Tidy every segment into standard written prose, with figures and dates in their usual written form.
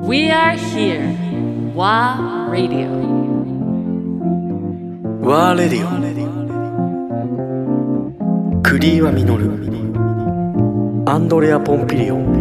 We are here. WA Radio. WA Radio。クリーワミノル、アンドレア・ポンピリオン。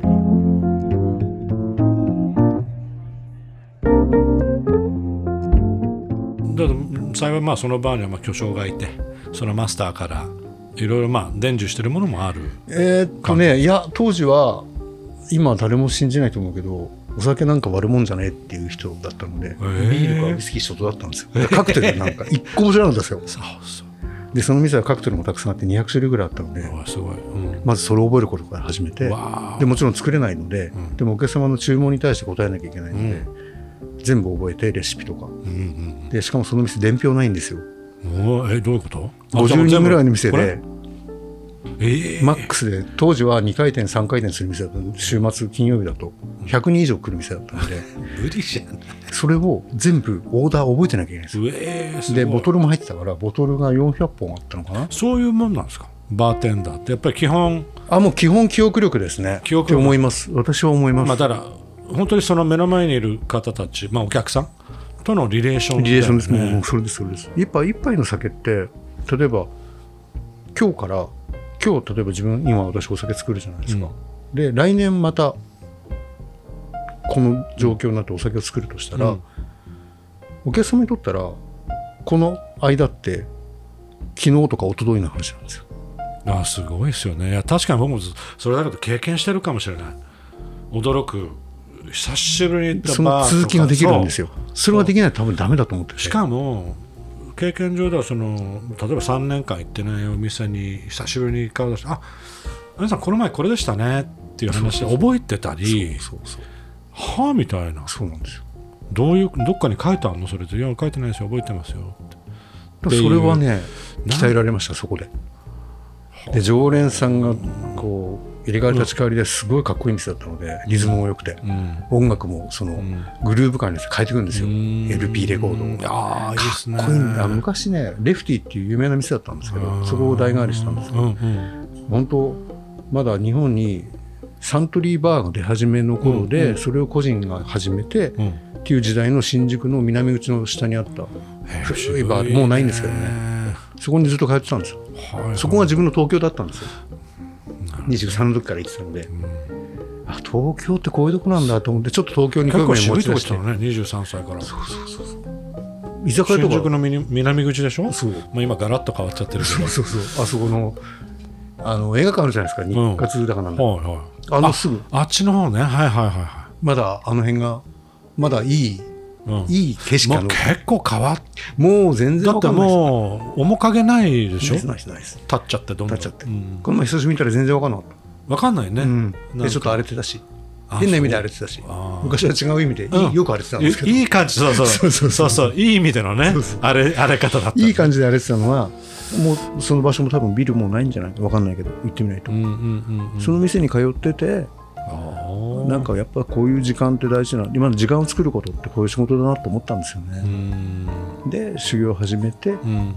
だ幸いその場には巨匠がいて、そのマスターからいろいろ伝授してるものもある。 いや当時は今は誰も信じないと思うけど、お酒なんか悪もんじゃねえっていう人だったので、ビールかウイスキー一つだったんですよ。カクテルなんか一個も知らなかったですよ。でその店はカクテルもたくさんあって200種類ぐらいあったので、 すごい、 まずそれを覚えることから始めて、でもちろん作れないので、でもお客様の注文に対して答えなきゃいけないので、全部覚えてレシピとか、でしかもその店伝票ないんですよ。 どういうこと？ 50人ぐらいの店でマックスで、当時は2回転3回転する店だったので、週末金曜日だと100人以上来る店だったので無理じゃん。 それを全部オーダー覚えてなきゃいけないんですよ。でボトルも入ってたから、ボトルが400本あったのかな。 そういうもんなんですか、バーテンダーってやっぱり基本。 もう基本記憶力ですね。記憶力って思います。私は思います。 だから本当にその目の前にいる方たち、お客さんとのリレーション、 リレーションですね。もうそれですそれです。一杯の酒って、例えば今日例えば今私お酒作るじゃないですか、で来年またこの状況になってお酒を作るとしたら、お客様にとったらこの間って昨日とか一昨日の話なんですよ。 すごいですよね。いや確かに僕もそれだけど経験してるかもしれない。驚く、久しぶりに行ったバーとか、 その続きができるんですよ。それができないと多分ダメだと思ってて、 しかも経験上では例えば3年間行ってないお店に久しぶりに顔出して、皆さんこの前これでしたねっていう話で覚えてたり、はぁみたいな。 そうなんですよ。 どっかに書いてあるのそれで。いや書いてないですよ、覚えてますよって。 それはね鍛えられました。そこで常連さんがこう入れ替わり立ち替わりですごいかっこいい店だったので、リズムも良くて、音楽もそのグルーヴ感に変えていくんですよ。LP レコードを。 いいですね。 かっこいいんだ。昔ねレフティっていう有名な店だったんですけど、そこを代替わりしたんですけど、本当まだ日本にサントリーバーが出始めの頃で、それを個人が始めてっていう時代の新宿の南口の下にあった古いバー、もうないんですけどね、そこにずっと通ってたんですよ。そこが自分の東京だったんですよ。23の時から行ってたので、東京ってこういうとこなんだと思って、ちょっと東京に興味を持ち出して。 結構渋いとこ行ったのね、23歳から。 そう居酒屋とか新宿の南口でしょ。今ガラッと変わっちゃってるけど、 あそこの映画館あるじゃないですか、日活だからなんだ、すぐあっちの方ね。 まだあの辺がまだいい景色が結構変わっ、 もう全然分かんないです。 だってもう面影ないでしょ。 ないです立っちゃってどんどんこの前久しぶりに見たら全然分かんなかった。 分かんないね、 でちょっと荒れてたし、変な意味で荒れてたし、昔は違う意味でよく荒れてたんですけど、 いい感じ、そういい意味でのね、荒れ方だった。 いい感じで荒れてたのは、もうその場所も多分ビルもないんじゃないか分かんないけど、行ってみないと。その店に通ってて、なんかやっぱこういう時間って大事な、今の時間を作ることってこういう仕事だなと思ったんですよね。で修行を始めて、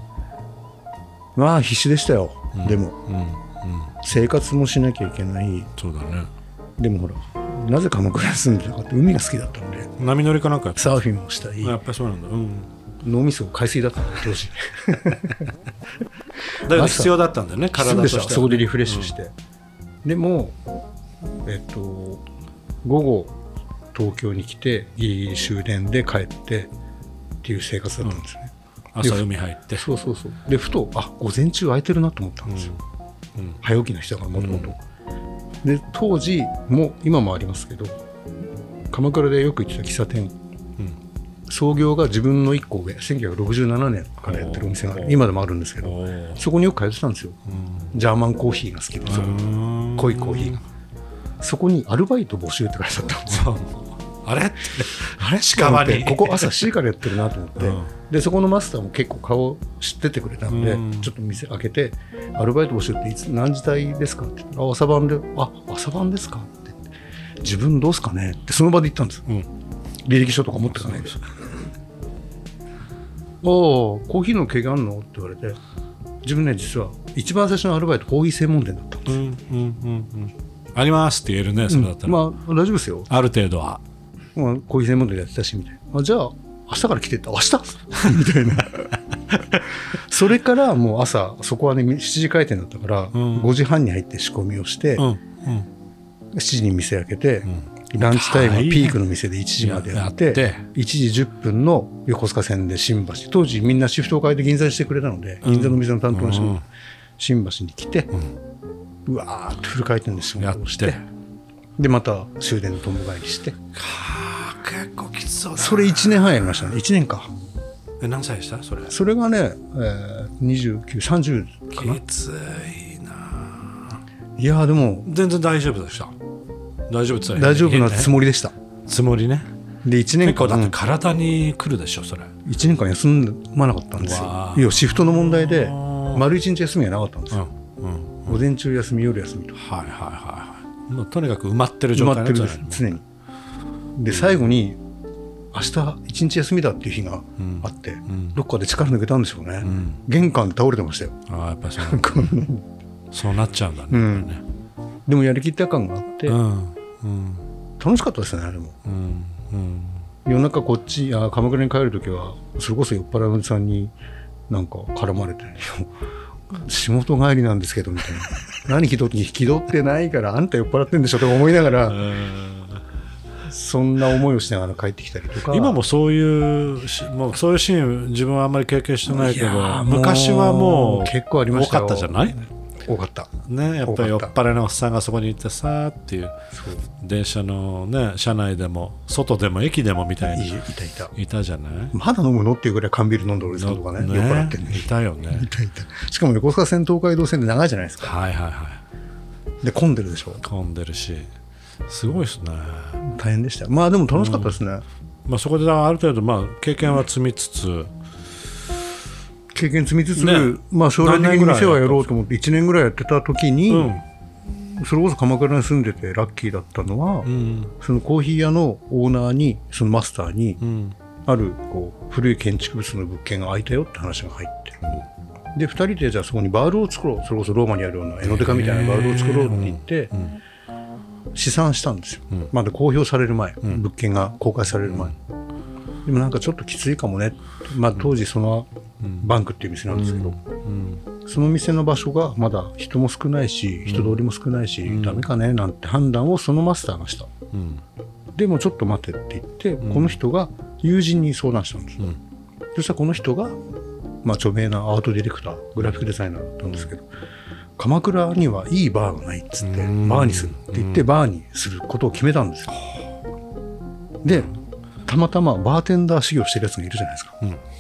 必死でしたよ。でも、生活もしなきゃいけない。 そうだね。 でもほら、なぜ鎌倉に住んでたかって、海が好きだったんで、 波乗りかなんかサーフィンもしたい。 やっぱりそうなんだ。 脳みそ海水だったんで当時だから必要だったんだよね、体としては。 そこでリフレッシュして、でも午後東京に来てギリギリ終電で帰ってっていう生活だったんですよね。 朝海入って。 そうでふと午前中空いてるなと思ったんですよ。早起きな人がもともとで、当時も今もありますけど、鎌倉でよく行ってた喫茶店、創業が自分の1個上、1967年からやってるお店が今でもあるんですけど、そこによく通ってたんですよ。ジャーマンコーヒーが好きで、濃いコーヒーが。そこにアルバイト募集って書いてあったんですよ。 あれ近場にここ朝7時からやってるなと思って、でそこのマスターも結構顔知っててくれたので、ちょっと店開けて、アルバイト募集っていつ何時帯ですかって言ったら、朝晩で、朝晩ですかって言って、自分どうすかねってその場で言ったんですよ。履歴書とか持ってかないです。コーヒーの経験あんのって言われて、自分ね実は一番最初のアルバイトコーヒー専門店だったんですよ。 ありますって言えるね、それだったら。 大丈夫ですよ。 ある程度は。 まあ、コーヒー専門店でやってたしみたいな。じゃあ明日から来てって明日みたいなそれからもう朝そこはね7時開店だったから、5時半に入って仕込みをして、7時に店開けて、ランチタイムはピークの店で1時までやって1時10分の横須賀線で新橋、当時みんなシフトを変えて銀座にしてくれたので、銀座の店の担当の人が新橋に来て、うわーってフル回転で仕事をして、でまた終電の友帰りして、 結構きつそうだな。 それ1年半やりましたね。1年か。 何歳でしたそれ？ それがね、29、30かな。 きついな。 いやでも全然大丈夫でした。大丈夫って大丈夫なつもりでした。 つもりね。 で1年間結構だって体に来るでしょそれ。 1年間休まなかったんですよ。いやシフトの問題で丸1日休みがなかったんですよ。午前中休み夜休みと。 はいはいはい。もうとにかく埋まってる状態なんですね。 常に。で最後に明日一日休みだっていう日があって、どっかで力抜けたんでしょうね。玄関で倒れてましたよ。 ああやっぱりそうなっちゃうんだね。 でもやりきった感があって、楽しかったですねあれも。夜中こっち鎌倉に帰るときはそれこそ酔っ払いのおじさんになんか絡まれて仕事帰りなんですけどみたいな何気取ってないからあんた酔っ払ってんでしょとか思いながらそんな思いをしながら帰ってきたりとか。 今もそういうシーン自分はあんまり経験してないけど、昔はもう結構ありましたよ。 多かったじゃない？ 多かったね、やっぱり酔っ払いのおっさんがそこにいてさーっていう、電車のね車内でも外でも駅でもみたいにいたじゃない。 まだ飲むのっていうぐらい缶ビール飲んでるおじさんとかね、酔っ払ってるね。 いたよね。 いたしかも横須賀線東海道線で長いじゃないですか。 はいはいはい。 で混んでるでしょ。 混んでるしすごいですね。 大変でした。まあでも楽しかったですね。 まあ、そこである程度経験は積みつつ、 まあ将来的に店はやろうと思って1年ぐらいやってた時に、それこそ鎌倉に住んでてラッキーだったのは、そのコーヒー屋のオーナーにそのマスターに、あるこう古い建築物の物件が空いたよって話が入って、で2人でじゃあそこにバールを作ろう、それこそローマにあるようなエノデカみたいなバールを作ろうって言って、試算したんですよ。まだ公表される前、物件が公開される前。でもなんかちょっときついかもね。まあ当時そのバンクっていう店なんですけど、その店の場所がまだ人も少ないし、人通りも少ないし、ダメかねなんて判断をそのマスターがした。でもちょっと待てって言って、この人が友人に相談したんです。そしたらこの人が、まあ著名なアートディレクター、グラフィックデザイナーだったんですけど、鎌倉にはいいバーがないっつって、バーにするって言ってバーにすることを決めたんですよ。で、たまたまバーテンダー修行してるやつがいるじゃないですか。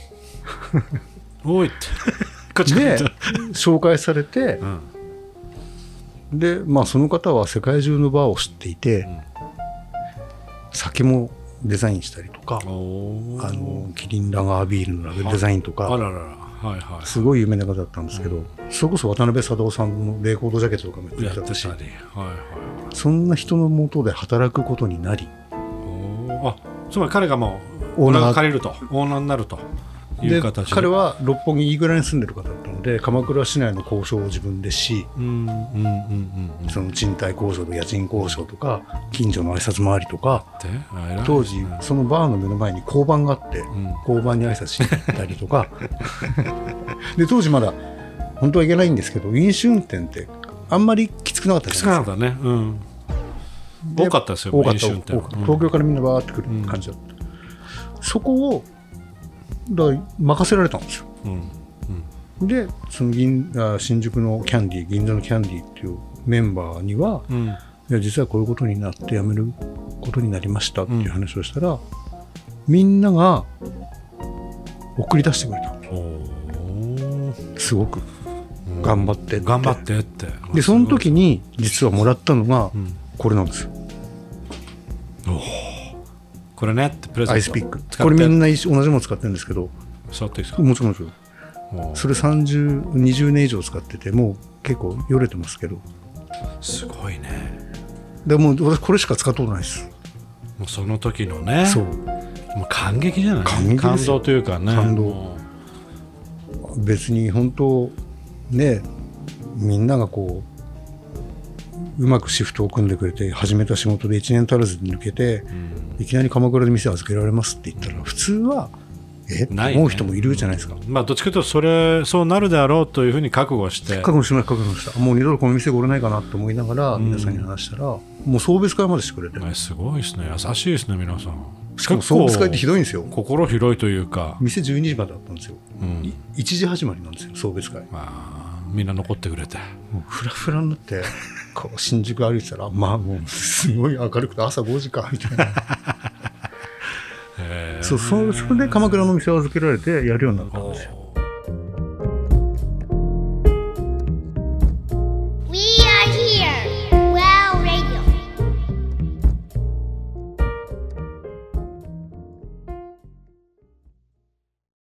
おいってで紹介されて、でまあその方は世界中のバーを知っていて、酒もデザインしたりとか、キリンラガービールのラベルデザインとか、すごい有名な方だったんですけど、それこそ渡辺貞夫さんのレコードジャケットとかもやってたし、そんな人の下で働くことになり、 つまり彼がもうオーナーが借りると、オーナーになるという形で、 彼は六本木いいぐらいに住んでる方だったので、鎌倉市内の交渉を自分でし、その賃貸交渉と家賃交渉とか近所の挨拶回りとか、当時そのバーの目の前に交番があって、交番に挨拶しに行ったりとかで当時まだ本当はいけないんですけど、飲酒運転ってあんまりきつくなかったじゃないですか。 きつくなかったね。多かったですよ。飲酒運転。 東京からみんなバーってくる感じだった。そこを任せられたんですよ。でその新宿のキャンディー、銀座のキャンディーっていうメンバーには、いや実はこういうことになって辞めることになりましたっていう話をしたら、みんなが送り出してくれた。すごく頑張ってって。でその時に実はもらったのがこれなんですよ。 これねってプレゼント。 アイスピック。これみんな同じもの使ってるんですけど。 触っていいですか？ もちろんですよ。それ20年以上使ってて、もう結構よれてますけど。 すごいね。 でも私これしか使ったことないです。 もうその時のね。 そう。 もう感激じゃない。感動というかね。 感動。別に本当ね、みんながこうまくシフトを組んでくれて、始めた仕事で1年足らずで抜けて、いきなり鎌倉で店預けられますって言ったら、普通はって思う人もいるじゃないですか。 まあ、どっちかというとそうなるであろうというふうに覚悟して覚悟しました。もう二度とこの店が売れないかなと思いながら皆さんに話したら、もう送別会までしてくれて、 すごいですね。優しいですね、皆さん。 しかも送別会ってひどいんですよ。 心広いというか、 店12時までだったんですよ、1時始まりなんですよ、送別会。 みんな残ってくれて、 もうフラフラになってこう新宿歩いてたら、もうすごい明るくて朝5時かみたいなそれで鎌倉の店を預けられてやるようになったんですよ。